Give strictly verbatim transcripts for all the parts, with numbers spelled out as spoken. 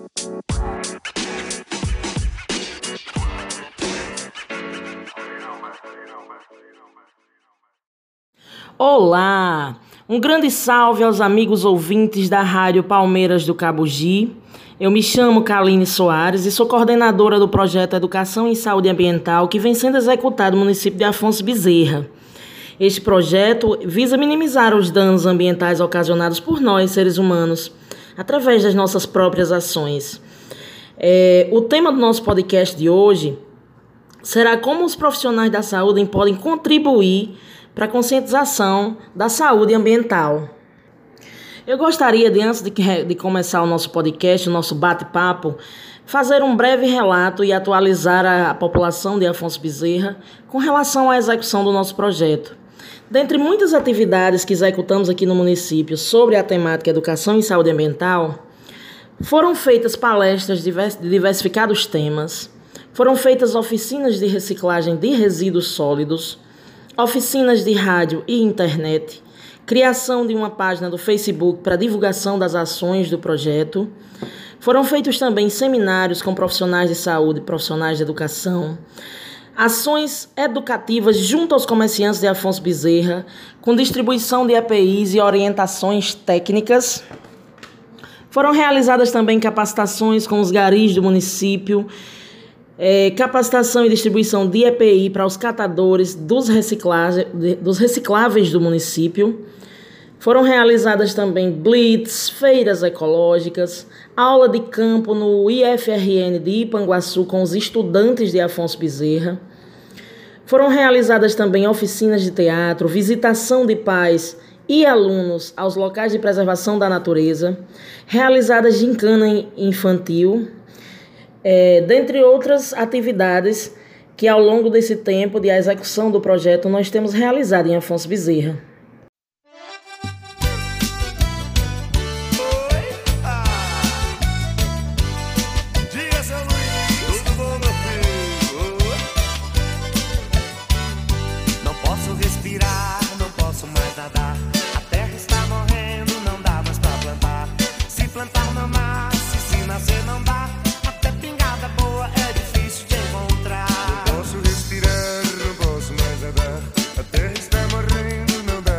Olá! Um grande salve aos amigos ouvintes da Rádio Palmeiras do Cabugi. Eu me chamo Kaline Soares e sou coordenadora do projeto Educação em Saúde Ambiental que vem sendo executado no município de Afonso Bezerra. Este projeto visa minimizar os danos ambientais ocasionados por nós, seres humanos, através das nossas próprias ações. É, o tema do nosso podcast de hoje será como os profissionais da saúde podem contribuir para a conscientização da saúde ambiental. Eu gostaria, de, antes de, de começar o nosso podcast, o nosso bate-papo, fazer um breve relato e atualizar a, a população de Afonso Bezerra com relação à execução do nosso projeto. Dentre muitas atividades que executamos aqui no município sobre a temática Educação em Saúde Ambiental, foram feitas palestras de diversificados temas, foram feitas oficinas de reciclagem de resíduos sólidos, oficinas de rádio e internet, criação de uma página do Facebook para divulgação das ações do projeto. Foram feitos também seminários com profissionais de saúde e profissionais de educação, ações educativas junto aos comerciantes de Afonso Bezerra, com distribuição de E P Is e orientações técnicas. Foram realizadas também capacitações com os garis do município, É, capacitação e distribuição de E P I para os catadores dos, dos recicláveis do município. Foram realizadas também blitz, feiras ecológicas, aula de campo no I F R N de Ipanguaçu com os estudantes de Afonso Bezerra. Foram realizadas também oficinas de teatro, visitação de pais e alunos aos locais de preservação da natureza, realizadas gincana infantil, É, dentre outras atividades que ao longo desse tempo de execução do projeto nós temos realizado em Afonso Bezerra. Não posso respirar, não posso mais nadar. A terra está morrendo, não dá mais pra plantar. Se plantar não nasce, se nascer não dá. Pingada boa é difícil de encontrar. Não posso respirar, não posso mais nadar. A terra está morrendo, não dá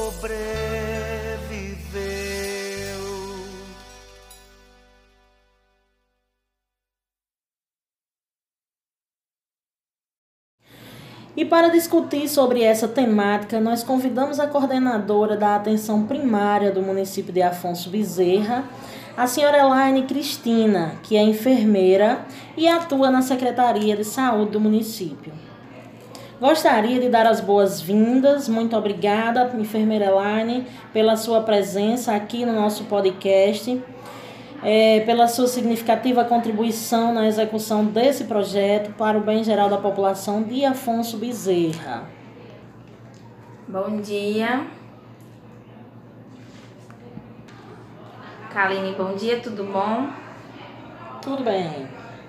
E para discutir sobre essa temática, nós convidamos a coordenadora da atenção primária do município de Afonso Bezerra, a senhora Elaine Cristina, que é enfermeira e atua na Secretaria de Saúde do município. Gostaria de dar as boas-vindas, muito obrigada, enfermeira Elaine, pela sua presença aqui no nosso podcast, é, pela sua significativa contribuição na execução desse projeto para o bem geral da população de Afonso Bezerra. Bom dia. Kaline, bom dia, tudo bom? Tudo bem.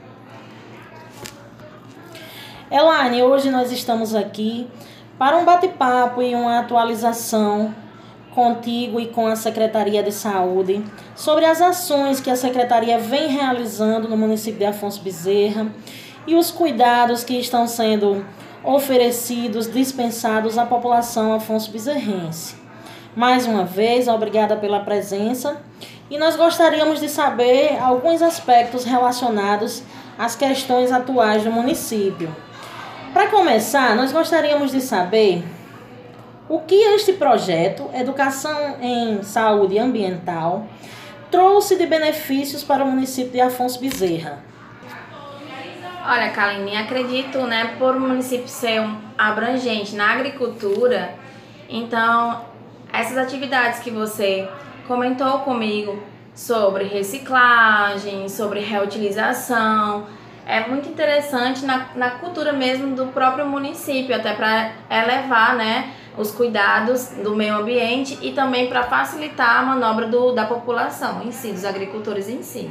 Elaine, hoje nós estamos aqui para um bate-papo e uma atualização contigo e com a Secretaria de Saúde sobre as ações que a Secretaria vem realizando no município de Afonso Bezerra e os cuidados que estão sendo oferecidos, dispensados à população afonso-bezerrense. Mais uma vez, obrigada pela presença e nós gostaríamos de saber alguns aspectos relacionados às questões atuais do município. Para começar, nós gostaríamos de saber o que este projeto, Educação em Saúde Ambiental, trouxe de benefícios para o município de Afonso Bezerra. Olha, Kaline, acredito, né, por o município ser um abrangente na agricultura, então essas atividades que você comentou comigo sobre reciclagem, sobre reutilização, é muito interessante na, na cultura mesmo do próprio município, até para elevar, né, os cuidados do meio ambiente e também para facilitar a manobra do, da população em si, dos agricultores em si.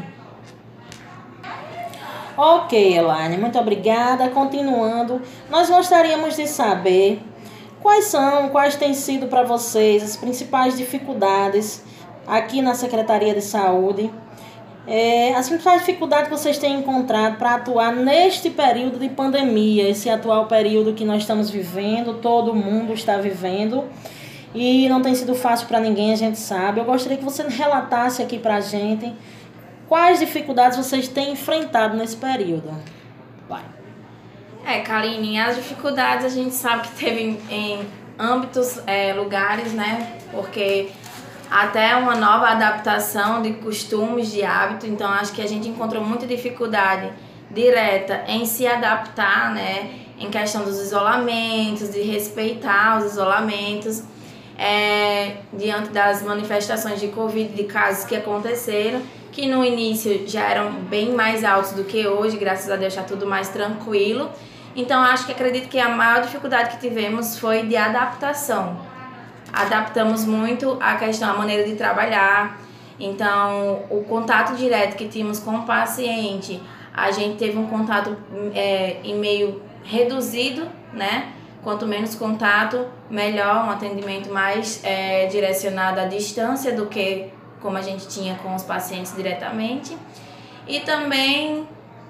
Ok, Elaine, muito obrigada. Continuando, nós gostaríamos de saber quais são, quais têm sido para vocês as principais dificuldades aqui na Secretaria de Saúde, é, as principais dificuldades que vocês têm encontrado para atuar neste período de pandemia, esse atual período que nós estamos vivendo, todo mundo está vivendo e não tem sido fácil para ninguém, a gente sabe. Eu gostaria que você relatasse aqui para a gente quais dificuldades vocês têm enfrentado nesse período. Vai. É, Kaline, as dificuldades a gente sabe que teve em, em âmbitos, é, lugares, né, porque até uma nova adaptação de costumes, de hábito, então acho que a gente encontrou muita dificuldade direta em se adaptar, né, em questão dos isolamentos, de respeitar os isolamentos, é, diante das manifestações de Covid, de casos que aconteceram, que no início já eram bem mais altos do que hoje, graças a Deus está tudo mais tranquilo. Então acho que acredito que a maior dificuldade que tivemos foi de adaptação. Adaptamos muito a questão, a maneira de trabalhar, então o contato direto que tínhamos com o paciente, a gente teve um contato é, em meio reduzido, né? Quanto menos contato, melhor, um atendimento mais é, direcionado à distância do que como a gente tinha com os pacientes diretamente. E também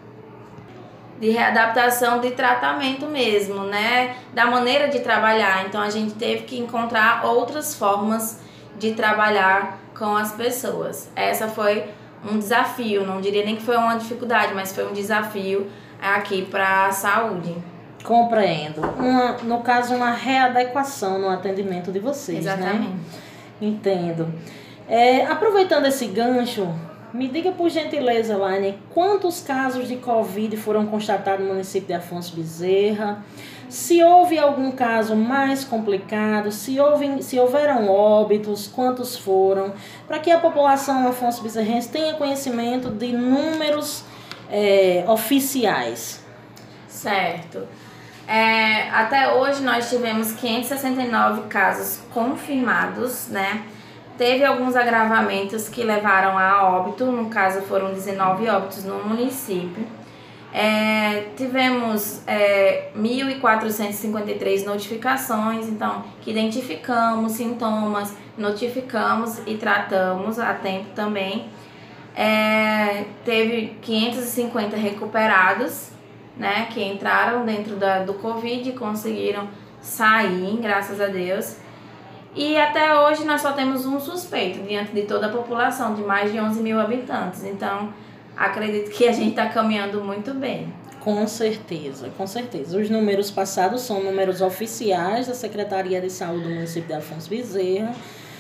de readaptação de tratamento mesmo, né? Da maneira de trabalhar. Então a gente teve que encontrar outras formas de trabalhar com as pessoas. Essa foi um desafio, não diria nem que foi uma dificuldade, mas foi um desafio aqui para a saúde. Compreendo. Uma, no caso, uma readequação no atendimento de vocês, Exatamente. Né? Entendo. É, aproveitando esse gancho, me diga por gentileza, Elaine, quantos casos de Covid foram constatados no município de Afonso Bezerra? Se houve algum caso mais complicado, se, houve, se houveram óbitos, quantos foram? Para que a população afonso bezerrense tenha conhecimento de números é, oficiais. Certo. É, até hoje nós tivemos quinhentos e sessenta e nove casos confirmados, né? Teve alguns agravamentos que levaram a óbito, no caso foram dezenove óbitos no município. É, tivemos é, mil quatrocentas e cinquenta e três notificações, então, que identificamos sintomas, notificamos e tratamos a tempo também. É, teve quinhentos e cinquenta recuperados, né, que entraram dentro da, do Covid e conseguiram sair, graças a Deus. E até hoje nós só temos um suspeito diante de toda a população, de mais de onze mil habitantes. Então, acredito que a gente está caminhando muito bem. Com certeza, com certeza. Os números passados são números oficiais da Secretaria de Saúde do município de Afonso Bezerra.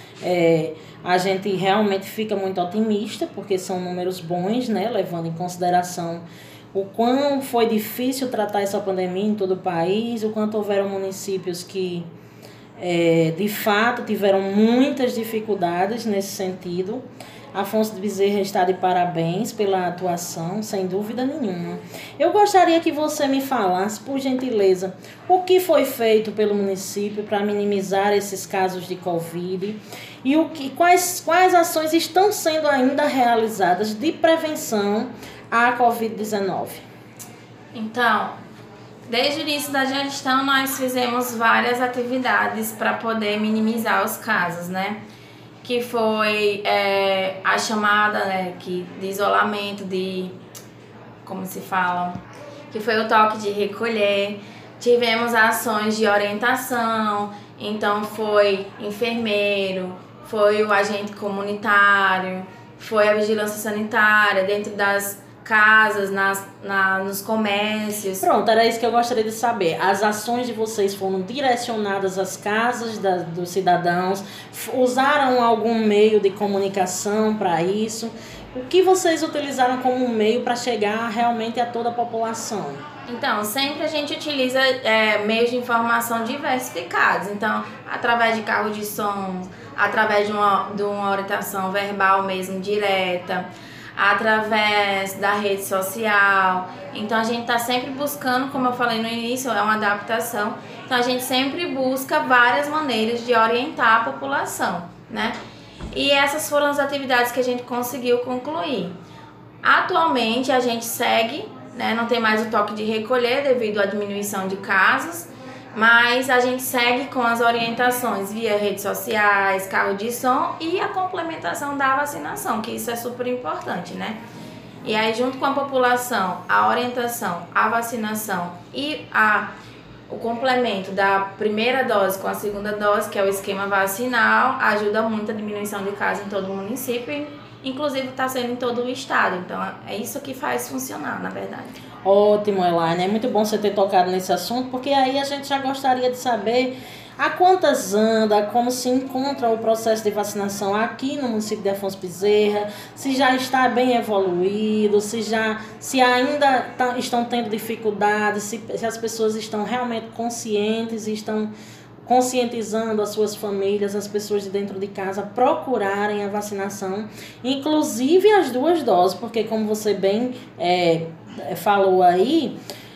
É, a gente realmente fica muito otimista, porque são números bons, né? Levando em consideração o quão foi difícil tratar essa pandemia em todo o país, o quanto houveram municípios que, é, de fato, tiveram muitas dificuldades nesse sentido. Afonso de Bezerra está de parabéns pela atuação, sem dúvida nenhuma. Eu gostaria que você me falasse, por gentileza, o que foi feito pelo município para minimizar esses casos de Covid e o que, quais, quais ações estão sendo ainda realizadas de prevenção à Covid dezenove. Então, desde o início da gestão, nós fizemos várias atividades para poder minimizar os casos, né? Que foi é, a chamada, né, que, de isolamento, de, como se fala, que foi o toque de recolher. Tivemos ações de orientação, então foi enfermeiro, foi o agente comunitário, foi a vigilância sanitária dentro das casas, nas, na, nos comércios. Pronto, era isso que eu gostaria de saber. As ações de vocês foram direcionadas às casas da, dos cidadãos? Usaram algum meio de comunicação para isso? O que vocês utilizaram como meio para chegar realmente a toda a população? Então, sempre a gente utiliza é, meios de informação diversificados. Então, através de carro de som, através de uma, de uma orientação verbal mesmo, direta, através da rede social. Então a gente está sempre buscando, como eu falei no início, é uma adaptação. Então a gente sempre busca várias maneiras de orientar a população, né? E essas foram as atividades que a gente conseguiu concluir. Atualmente a gente segue, né? Não tem mais o toque de recolher devido à diminuição de casos, mas a gente segue com as orientações via redes sociais, carro de som e a complementação da vacinação, que isso é super importante, né? E aí, junto com a população, a orientação, a vacinação e a, o complemento da primeira dose com a segunda dose, que é o esquema vacinal, ajuda muito a diminuição de casos em todo o município, inclusive está sendo em todo o estado. Então, é isso que faz funcionar, na verdade. Ótimo, Elaine. É muito bom você ter tocado nesse assunto, porque aí a gente já gostaria de saber a quantas anda, como se encontra o processo de vacinação aqui no município de Afonso Bezerra, se já está bem evoluído, se, já, se ainda tá, estão tendo dificuldades, se, se as pessoas estão realmente conscientes e estão conscientizando as suas famílias, as pessoas de dentro de casa, procurarem a vacinação, inclusive as duas doses, porque como você bem é, falou aí,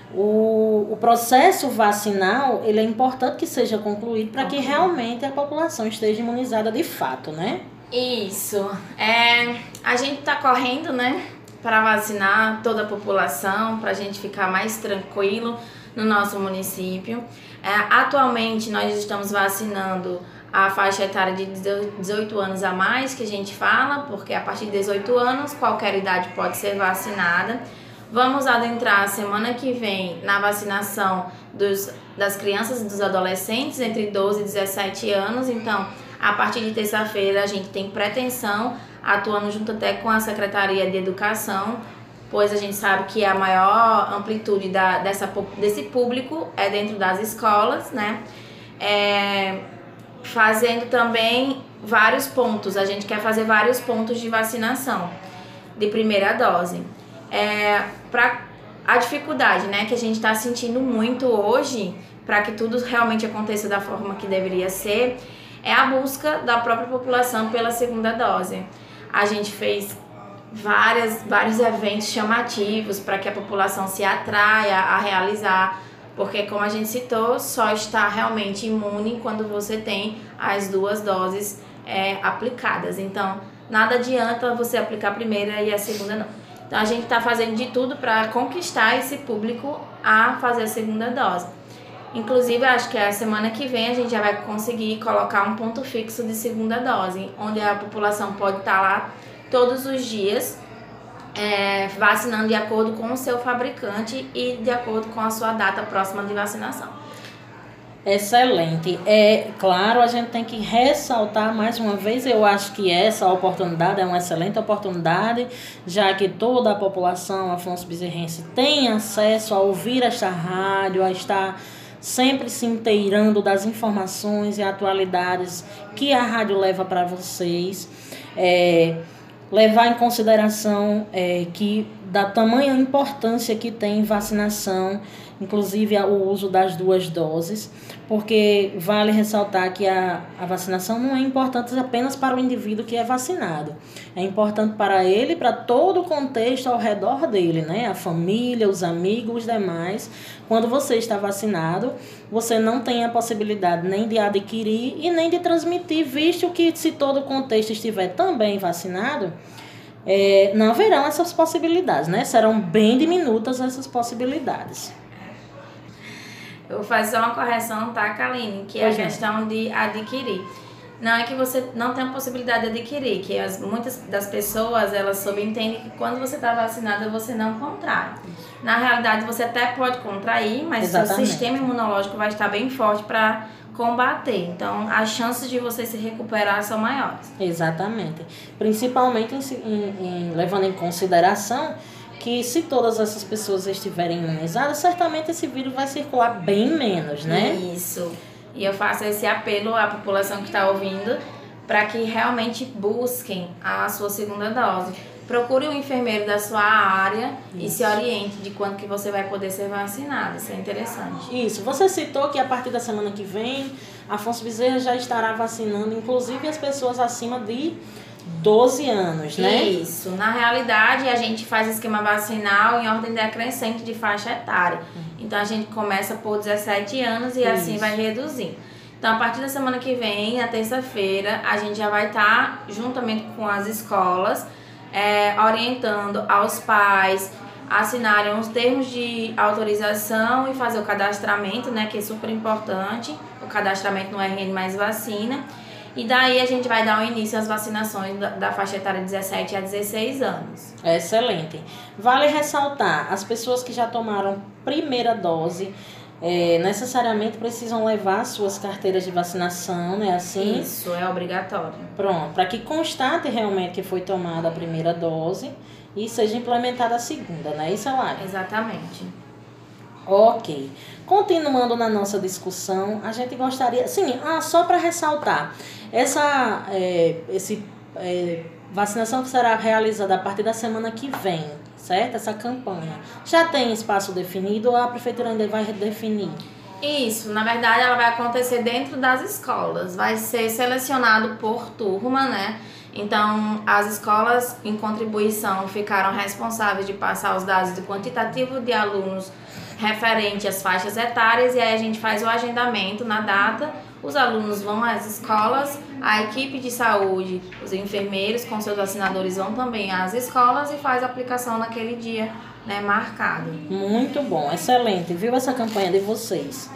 o, o processo vacinal, ele é importante que seja concluído para que realmente a população esteja imunizada de fato, né? Isso. É, a gente está correndo, né, para vacinar toda a população, para a gente ficar mais tranquilo no nosso município. É, atualmente nós estamos vacinando a faixa etária de dezoito anos a mais, que a gente fala, porque a partir de dezoito anos qualquer idade pode ser vacinada. Vamos adentrar a semana que vem na vacinação dos, das crianças e dos adolescentes entre doze e dezessete anos. Então, a partir de terça-feira a gente tem pretensão, atuando junto até com a Secretaria de Educação, pois a gente sabe que a maior amplitude da, dessa, desse público é dentro das escolas, né? É, fazendo também vários pontos, a gente quer fazer vários pontos de vacinação de primeira dose. É, para a dificuldade, né, que a gente está sentindo muito hoje, para que tudo realmente aconteça da forma que deveria ser, é a busca da própria população pela segunda dose. A gente fez várias, vários eventos chamativos para que a população se atraia a realizar, porque, como a gente citou, só está realmente imune quando você tem as duas doses é, aplicadas. Então, nada adianta você aplicar a primeira e a segunda não. Então, a gente está fazendo de tudo para conquistar esse público a fazer a segunda dose. Inclusive, acho que a semana que vem a gente já vai conseguir colocar um ponto fixo de segunda dose, onde a população pode estar lá todos os dias, é, vacinando de acordo com o seu fabricante e de acordo com a sua data próxima de vacinação. Excelente. É claro, a gente tem que ressaltar mais uma vez, eu acho que essa oportunidade é uma excelente oportunidade, já que toda a população afonso bezerrense tem acesso a ouvir esta rádio, a estar sempre se inteirando das informações e atualidades que a rádio leva para vocês. É, levar em consideração é, que da tamanha importância que tem vacinação, inclusive o uso das duas doses, porque vale ressaltar que a, a vacinação não é importante apenas para o indivíduo que é vacinado, é importante para ele e para todo o contexto ao redor dele, né? A família, os amigos, os demais. Quando você está vacinado, você não tem a possibilidade nem de adquirir e nem de transmitir, visto que se todo o contexto estiver também vacinado, é, não haverão essas possibilidades, né? Serão bem diminutas essas possibilidades. Eu vou fazer uma correção, tá, Kaline? Que é a questão de adquirir. Não é que você não tem a possibilidade de adquirir, que as, muitas das pessoas, elas subentendem que quando você está vacinada, você não contrai. Na realidade, você até pode contrair, mas Exatamente. Seu sistema imunológico vai estar bem forte para combater. Então, as chances de você se recuperar são maiores. Exatamente. Principalmente em, em, em, levando em consideração que se todas essas pessoas estiverem imunizadas, certamente esse vírus vai circular bem menos, né? Isso. E eu faço esse apelo à população que está ouvindo para que realmente busquem a sua segunda dose. Procure um enfermeiro da sua área Isso. e se oriente de quando que você vai poder ser vacinado. Isso é interessante. Isso. Você citou que a partir da semana que vem, Afonso Bezerra já estará vacinando, inclusive as pessoas acima de doze anos, né? Isso. Na realidade, a gente faz esquema vacinal em ordem decrescente de faixa etária. Então, a gente começa por dezessete anos e Isso. assim vai reduzindo. Então, a partir da semana que vem, na terça-feira, a gente já vai estar, juntamente com as escolas, é, orientando aos pais a assinarem os termos de autorização e fazer o cadastramento, né? Que é super importante. O cadastramento no R N mais vacina. E daí a gente vai dar o início às vacinações da, da faixa etária de dezessete a dezesseis anos. Excelente. Vale ressaltar, as pessoas que já tomaram primeira dose é, necessariamente precisam levar suas carteiras de vacinação, né? Assim? Isso, é obrigatório. Pronto, para que constate realmente que foi tomada a primeira dose e seja implementada a segunda, né? Isso, Elaine? Exatamente. Ok. Continuando na nossa discussão, a gente gostaria... Sim, ah, só para ressaltar, essa é, esse, é, vacinação que será realizada a partir da semana que vem, certo? Essa campanha. Já tem espaço definido ou a prefeitura ainda vai definir? Isso, na verdade ela vai acontecer dentro das escolas. Vai ser selecionado por turma, né? Então, as escolas em contribuição ficaram responsáveis de passar os dados do quantitativo de alunos referente às faixas etárias e aí a gente faz o agendamento na data, os alunos vão às escolas, a equipe de saúde, os enfermeiros com seus vacinadores vão também às escolas e faz a aplicação naquele dia, né, marcado. Muito bom, excelente, viu essa campanha de vocês.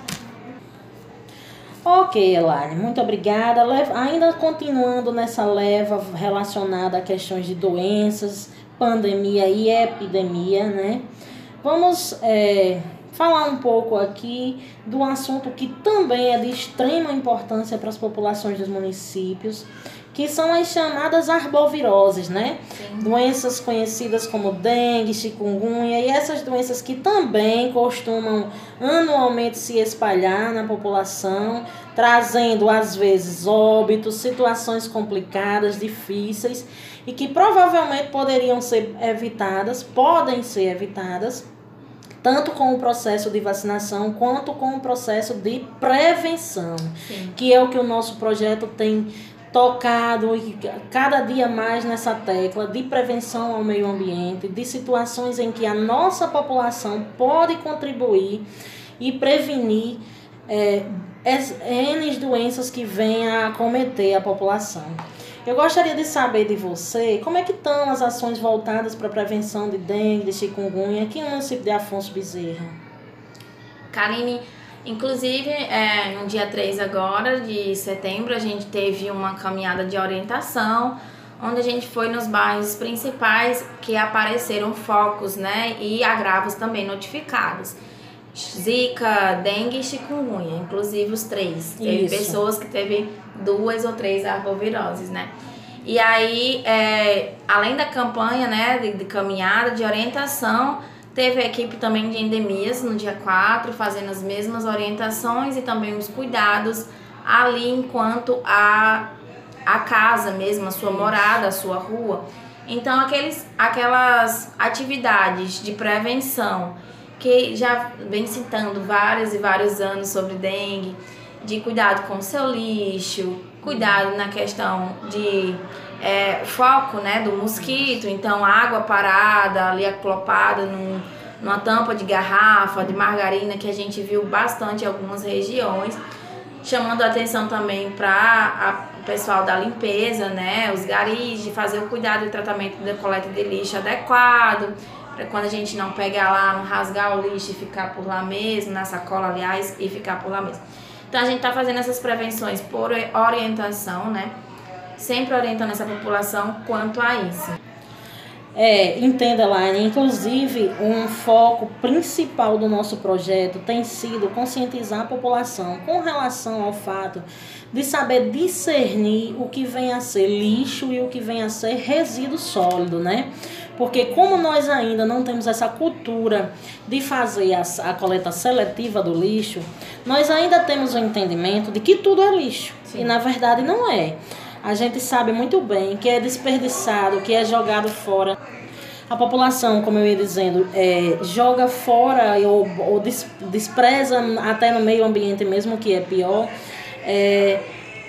Ok, Elaine, muito obrigada. Ainda continuando nessa leva relacionada a questões de doenças, pandemia e epidemia, né? Vamos é, falar um pouco aqui do assunto que também é de extrema importância para as populações dos municípios, que são as chamadas arboviroses, né? Sim. Doenças conhecidas como dengue, chikungunya e essas doenças que também costumam anualmente se espalhar na população, trazendo às vezes óbitos, situações complicadas, difíceis e que provavelmente poderiam ser evitadas, podem ser evitadas, tanto com o processo de vacinação quanto com o processo de prevenção, Sim. que é o que o nosso projeto tem tocado e cada dia mais nessa tecla de prevenção ao meio ambiente, de situações em que a nossa população pode contribuir e prevenir é, N doenças que venham a acometer a população. Eu gostaria de saber de você como é que estão as ações voltadas para a prevenção de dengue, de chikungunya aqui no município de Afonso Bezerra. Kaline, inclusive, é, no dia três agora de setembro, a gente teve uma caminhada de orientação, onde a gente foi nos bairros principais que apareceram focos, né, e agravos também notificados. zika, dengue e chikungunya, inclusive os três. Teve Isso. pessoas que teve duas ou três arboviroses, né? E aí, é, além da campanha, né, de, de caminhada, de orientação, teve a equipe também de endemias no dia quatro, fazendo as mesmas orientações e também os cuidados ali enquanto a, a casa mesmo, a sua morada, a sua rua. Então, aqueles, aquelas atividades de prevenção que já vem citando vários e vários anos sobre dengue, de cuidado com o seu lixo, cuidado na questão de é, foco, né, do mosquito, então água parada, ali aclopada num, numa tampa de garrafa, de margarina, que a gente viu bastante em algumas regiões, chamando a atenção também para o pessoal da limpeza, né, os garis, de fazer o cuidado e tratamento da coleta de lixo adequado, para quando a gente não pegar lá, não rasgar o lixo e ficar por lá mesmo, na sacola, aliás, e ficar por lá mesmo. Então, a gente está fazendo essas prevenções por orientação, né? Sempre orientando essa população quanto a isso. É, entenda, Laine, inclusive um foco principal do nosso projeto tem sido conscientizar a população com relação ao fato de saber discernir o que vem a ser lixo e o que vem a ser resíduo sólido, né? Porque como nós ainda não temos essa cultura de fazer a, a coleta seletiva do lixo, nós ainda temos o entendimento de que tudo é lixo. Sim. E na verdade não é. A gente sabe muito bem que é desperdiçado, que é jogado fora. A população, como eu ia dizendo, é, joga fora ou, ou des, despreza até no meio ambiente mesmo, que é pior. É,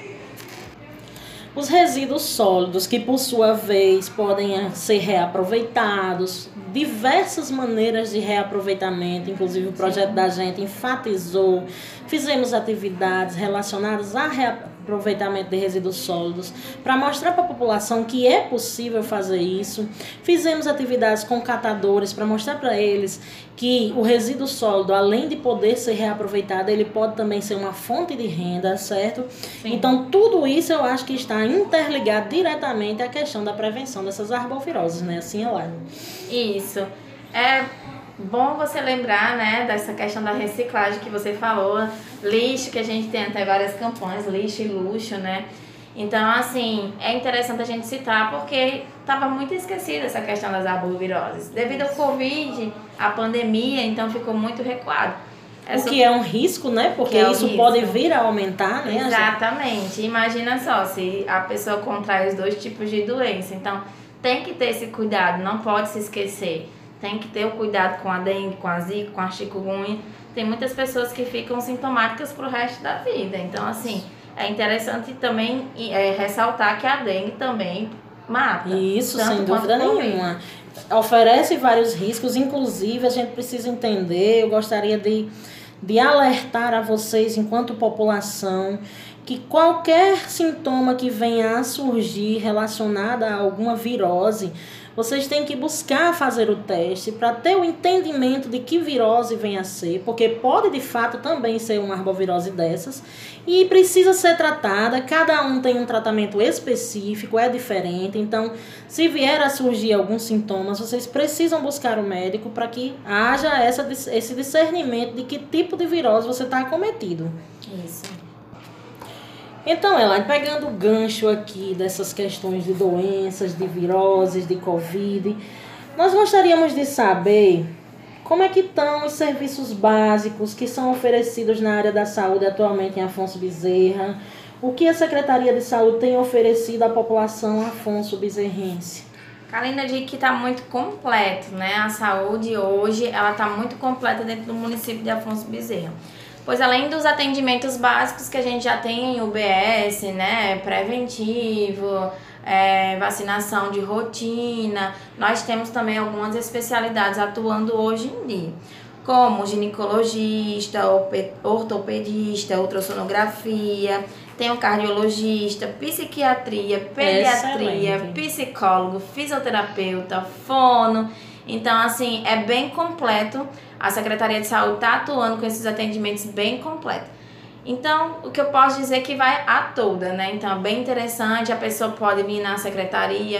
os resíduos sólidos, que por sua vez podem ser reaproveitados, diversas maneiras de reaproveitamento, inclusive o projeto da gente enfatizou, fizemos atividades relacionadas a reaproveitamento de resíduos sólidos, para mostrar para a população que é possível fazer isso. Fizemos atividades com catadores para mostrar para eles que o resíduo sólido, além de poder ser reaproveitado, ele pode também ser uma fonte de renda, certo? Sim. Então, tudo isso eu acho que está interligado diretamente à questão da prevenção dessas arboviroses, né? Assim, Elaine. Isso. É bom você lembrar, né, dessa questão da reciclagem que você falou, lixo, que a gente tem até várias campanhas, lixo e luxo, né? Então, assim, é interessante a gente citar porque estava muito esquecida essa questão das arboviroses. Devido ao Covid, a pandemia, então ficou muito recuado. O que é um risco, né? Porque é isso risco. Pode vir a aumentar, né? Exatamente. Imagina só, se a pessoa contrai os dois tipos de doença. Então, tem que ter esse cuidado, não pode se esquecer. Tem que ter o cuidado com a dengue, com a zika, com a chikungunya. Tem muitas pessoas que ficam sintomáticas pro resto da vida. Então, assim, é interessante também é, ressaltar que a dengue também mata. Isso, sem dúvida nenhuma. Oferece vários riscos, inclusive a gente precisa entender, eu gostaria de, de alertar a vocês, enquanto população, que qualquer sintoma que venha a surgir relacionado a alguma virose, vocês têm que buscar fazer o teste para ter o entendimento de que virose vem a ser, porque pode de fato também ser uma arbovirose dessas e precisa ser tratada. Cada um tem um tratamento específico, é diferente. Então, se vier a surgir alguns sintomas, vocês precisam buscar o médico para que haja essa, esse discernimento de que tipo de virose você está acometido. Isso. Então, Elaine, pegando o gancho aqui dessas questões de doenças, de viroses, de Covid, nós gostaríamos de saber como é que estão os serviços básicos que são oferecidos na área da saúde atualmente em Afonso Bezerra, o que a Secretaria de Saúde tem oferecido à população afonso bezerrense. Carolina, diz que está muito completo, né? A saúde hoje, ela está muito completa dentro do município de Afonso Bezerra. Pois além dos atendimentos básicos que a gente já tem em U B S, né, preventivo, é, vacinação de rotina, nós temos também algumas especialidades atuando hoje em dia, como ginecologista, ortopedista, ultrassonografia, tem o cardiologista, psiquiatria, pediatria, Excelente. Psicólogo, fisioterapeuta, fono. Então, assim, é bem completo. A Secretaria de Saúde está atuando com esses atendimentos bem completos. Então, o que eu posso dizer é que vai a toda, né? Então, é bem interessante. A pessoa pode vir na secretaria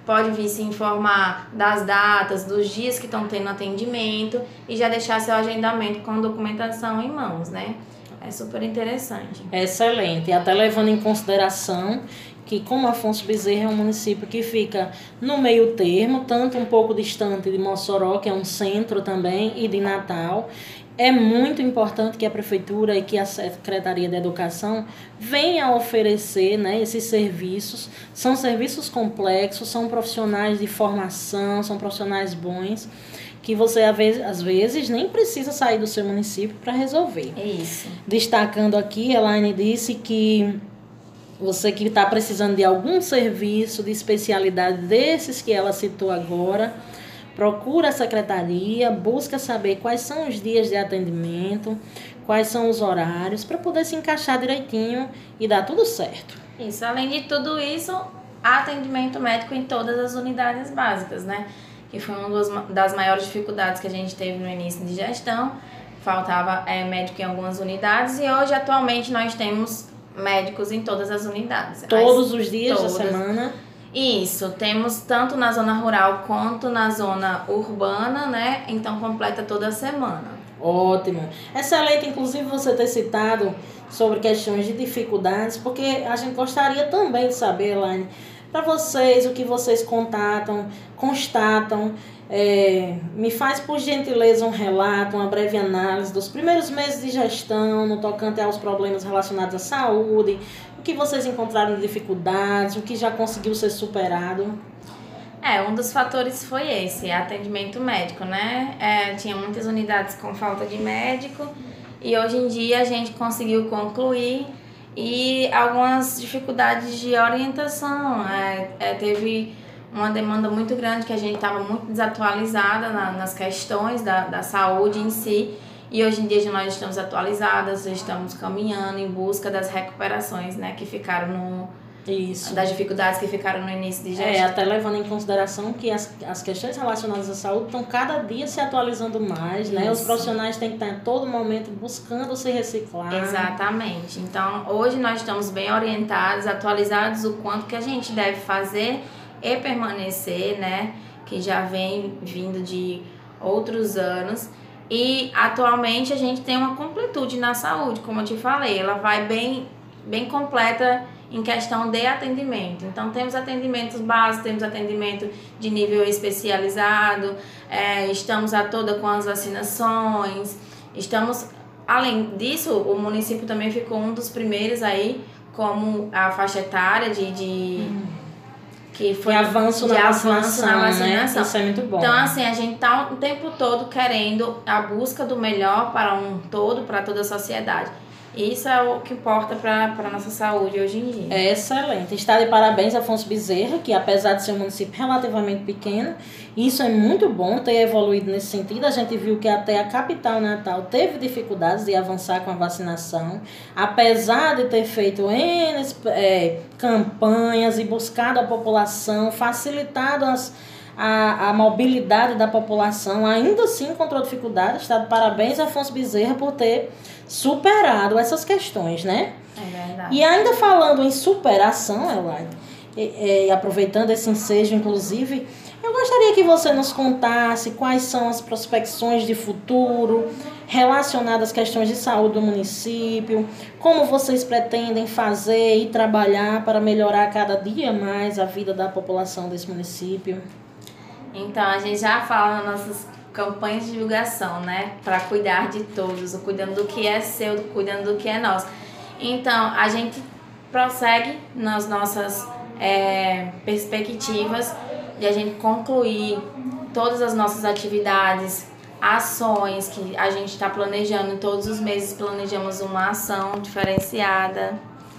pode vir se informar das datas, dos dias que estão tendo atendimento e já deixar seu agendamento com documentação em mãos, né? É super interessante. Excelente. E até levando em consideração que, como Afonso Bezerra é um município que fica no meio termo, tanto um pouco distante de Mossoró, que é um centro também, e de Natal, é muito importante que a Prefeitura e que a Secretaria de Educação venha a oferecer, né, esses serviços. São serviços complexos, são profissionais de formação, são profissionais bons, que você às vezes nem precisa sair do seu município para resolver. É isso. Destacando aqui, Elaine disse que você que está precisando de algum serviço de especialidade desses que ela citou agora, procura a secretaria, busca saber quais são os dias de atendimento, quais são os horários, para poder se encaixar direitinho e dar tudo certo. Isso, além de tudo isso, atendimento médico em todas as unidades básicas, né? Que foi uma das maiores dificuldades que a gente teve no início de gestão. Faltava é, médico em algumas unidades e hoje, atualmente, nós temos médicos em todas as unidades. Todos os dias todas. da semana? Isso, temos tanto na zona rural quanto na zona urbana, né? Então completa toda a semana. Ótimo. Excelente, inclusive, você ter citado sobre questões de dificuldades, porque a gente gostaria também de saber, Elaine, para vocês, o que vocês contatam, constatam. É, me faz, por gentileza, um relato, uma breve análise dos primeiros meses de gestão no tocante aos problemas relacionados à saúde, o que vocês encontraram de dificuldades, o que já conseguiu ser superado. É, um dos fatores foi esse, atendimento médico, né? É, tinha muitas unidades com falta de médico e hoje em dia a gente conseguiu concluir e algumas dificuldades de orientação. É, é, teve uma demanda muito grande que a gente estava muito desatualizada na, nas questões da, da saúde em si. E hoje em dia nós estamos atualizadas, estamos caminhando em busca das recuperações, né, que ficaram no... Isso. Das dificuldades que ficaram no início de gestão. É, até levando em consideração que as, as questões relacionadas à saúde estão cada dia se atualizando mais, né? Os profissionais têm que estar a todo momento buscando se reciclar. Exatamente. Então, hoje nós estamos bem orientados, atualizados o quanto que a gente deve fazer e permanecer, né? Que já vem vindo de outros anos. E atualmente a gente tem uma completude na saúde, como eu te falei, ela vai bem, bem completa em questão de atendimento. Então, temos atendimentos básicos, temos atendimento de nível especializado, é, estamos a toda com as vacinações, estamos, além disso, o município também ficou um dos primeiros aí, como a faixa etária de... de hum. que foi de avanço, de na, avanço vacinação, na vacinação. Né? Isso é muito bom. Então, assim, a gente tá o tempo todo querendo a busca do melhor para um todo, para toda a sociedade. Isso é o que importa para a nossa saúde hoje em dia. É excelente. Está de parabéns Afonso Bezerra, que apesar de ser um município relativamente pequeno, isso é muito bom ter evoluído nesse sentido. A gente viu que até a capital Natal teve dificuldades de avançar com a vacinação, apesar de ter feito N é, campanhas e buscado a população, facilitado as, a, a mobilidade da população, ainda assim encontrou dificuldades. Está de parabéns Afonso Bezerra por ter superado essas questões, né? É verdade. E ainda falando em superação, Elaine, e, e aproveitando esse ensejo, inclusive, eu gostaria que você nos contasse quais são as prospecções de futuro relacionadas às questões de saúde do município, como vocês pretendem fazer e trabalhar para melhorar cada dia mais a vida da população desse município. Então, a gente já fala nas nossas campanhas de divulgação, né? Para cuidar de todos, cuidando do que é seu, cuidando do que é nosso. Então, a gente prossegue nas nossas é, perspectivas de a gente concluir todas as nossas atividades, ações que a gente está planejando. Todos os meses planejamos uma ação diferenciada.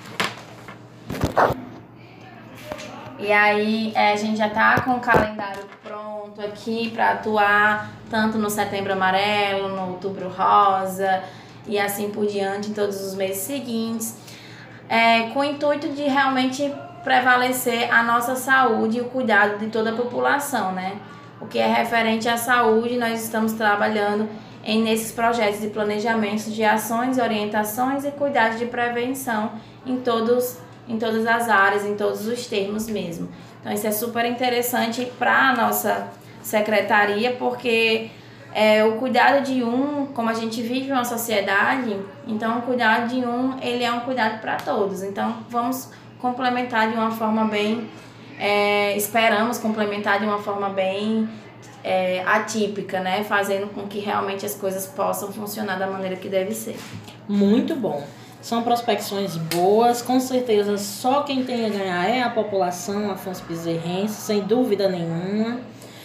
E aí é, a gente já está com o calendário pronto aqui para atuar tanto no Setembro Amarelo, no Outubro Rosa e assim por diante em todos os meses seguintes, é, com o intuito de realmente prevalecer a nossa saúde e o cuidado de toda a população, né? O que é referente à saúde, nós estamos trabalhando em, nesses projetos de planejamento de ações, orientações e cuidados de prevenção em todos em todas as áreas, em todos os termos mesmo. Então isso é super interessante para a nossa secretaria, porque é, o cuidado de um, como a gente vive uma sociedade, então o cuidado de um, ele é um cuidado para todos. Então vamos complementar de uma forma bem, é, esperamos complementar de uma forma bem é, atípica, né? Fazendo com que realmente as coisas possam funcionar da maneira que deve ser. Muito bom. São prospecções boas, com certeza só quem tem a ganhar é a população Afonso Bezerrense, sem dúvida nenhuma.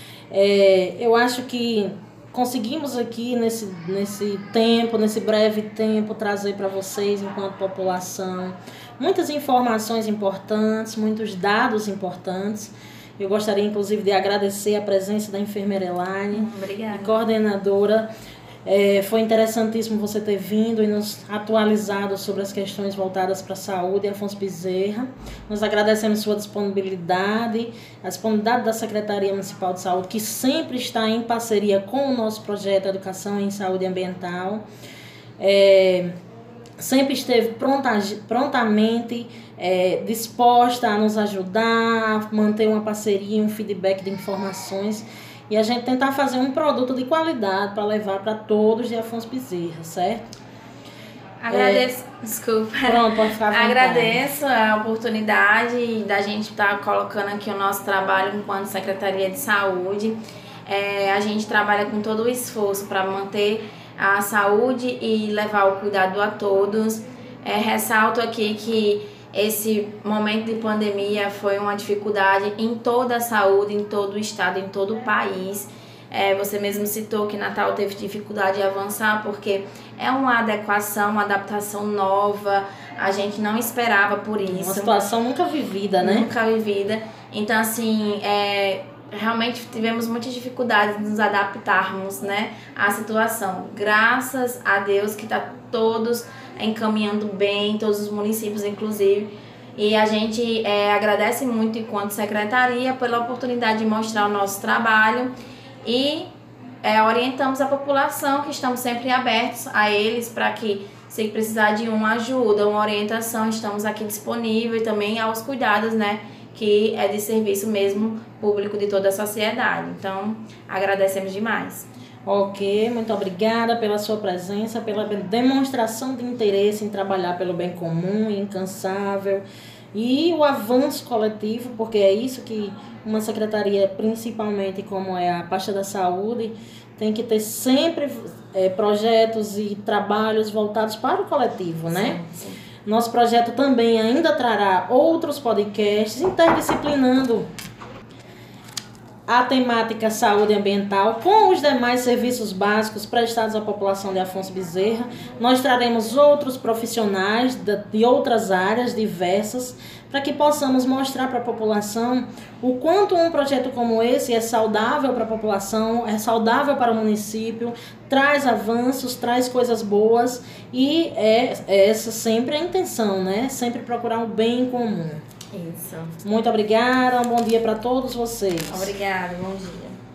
É, eu acho que conseguimos aqui nesse, nesse tempo, nesse breve tempo, trazer para vocês, enquanto população, muitas informações importantes, muitos dados importantes. Eu gostaria, inclusive, de agradecer a presença da enfermeira Elaine, Obrigada. coordenadora. É, foi interessantíssimo você ter vindo e nos atualizado sobre as questões voltadas para a saúde, Afonso Bezerra. Nós agradecemos sua disponibilidade, a disponibilidade da Secretaria Municipal de Saúde, que sempre está em parceria com o nosso projeto Educação em Saúde Ambiental. É, sempre esteve pronta, prontamente é, disposta a nos ajudar, a manter uma parceria, um feedback de informações, e a gente tentar fazer um produto de qualidade para levar para todos de Afonso Bezerra, certo? Agradeço, é, desculpa. Pronto, pode ficar à vontade. Agradeço a oportunidade da gente estar tá colocando aqui o nosso trabalho enquanto Secretaria de Saúde. É, a gente trabalha com todo o esforço para manter a saúde e levar o cuidado a todos. É, ressalto aqui que esse momento de pandemia foi uma dificuldade em toda a saúde, em todo o estado, em todo o país. É, você mesmo citou que Natal teve dificuldade de avançar porque é uma adequação, uma adaptação nova, a gente não esperava por isso. Uma situação nunca vivida, né? Nunca vivida. Então, assim, é, realmente tivemos muitas dificuldades de nos adaptarmos, né, à situação. Graças a Deus que está todos encaminhando bem, todos os municípios, inclusive. E a gente é, agradece muito, enquanto secretaria, pela oportunidade de mostrar o nosso trabalho e é, orientamos a população que estamos sempre abertos a eles para que, se precisar de uma ajuda, uma orientação, estamos aqui disponíveis, e também aos cuidados, né, que é de serviço mesmo público de toda a sociedade. Então, agradecemos demais. Ok, muito obrigada pela sua presença, pela demonstração de interesse em trabalhar pelo bem comum, incansável, e o avanço coletivo, porque é isso que uma secretaria, principalmente como é a pasta da saúde, tem que ter sempre é, projetos e trabalhos voltados para o coletivo, né? Sim, sim. Nosso projeto também ainda trará outros podcasts interdisciplinando a temática saúde ambiental com os demais serviços básicos prestados à população de Afonso Bezerra. Nós traremos outros profissionais de outras áreas diversas para que possamos mostrar para a população o quanto um projeto como esse é saudável para a população, é saudável para o município, traz avanços, traz coisas boas e é essa sempre a intenção, né? Sempre procurar o bem comum. Isso. Muito obrigada, um bom dia para todos vocês. Obrigada, bom dia.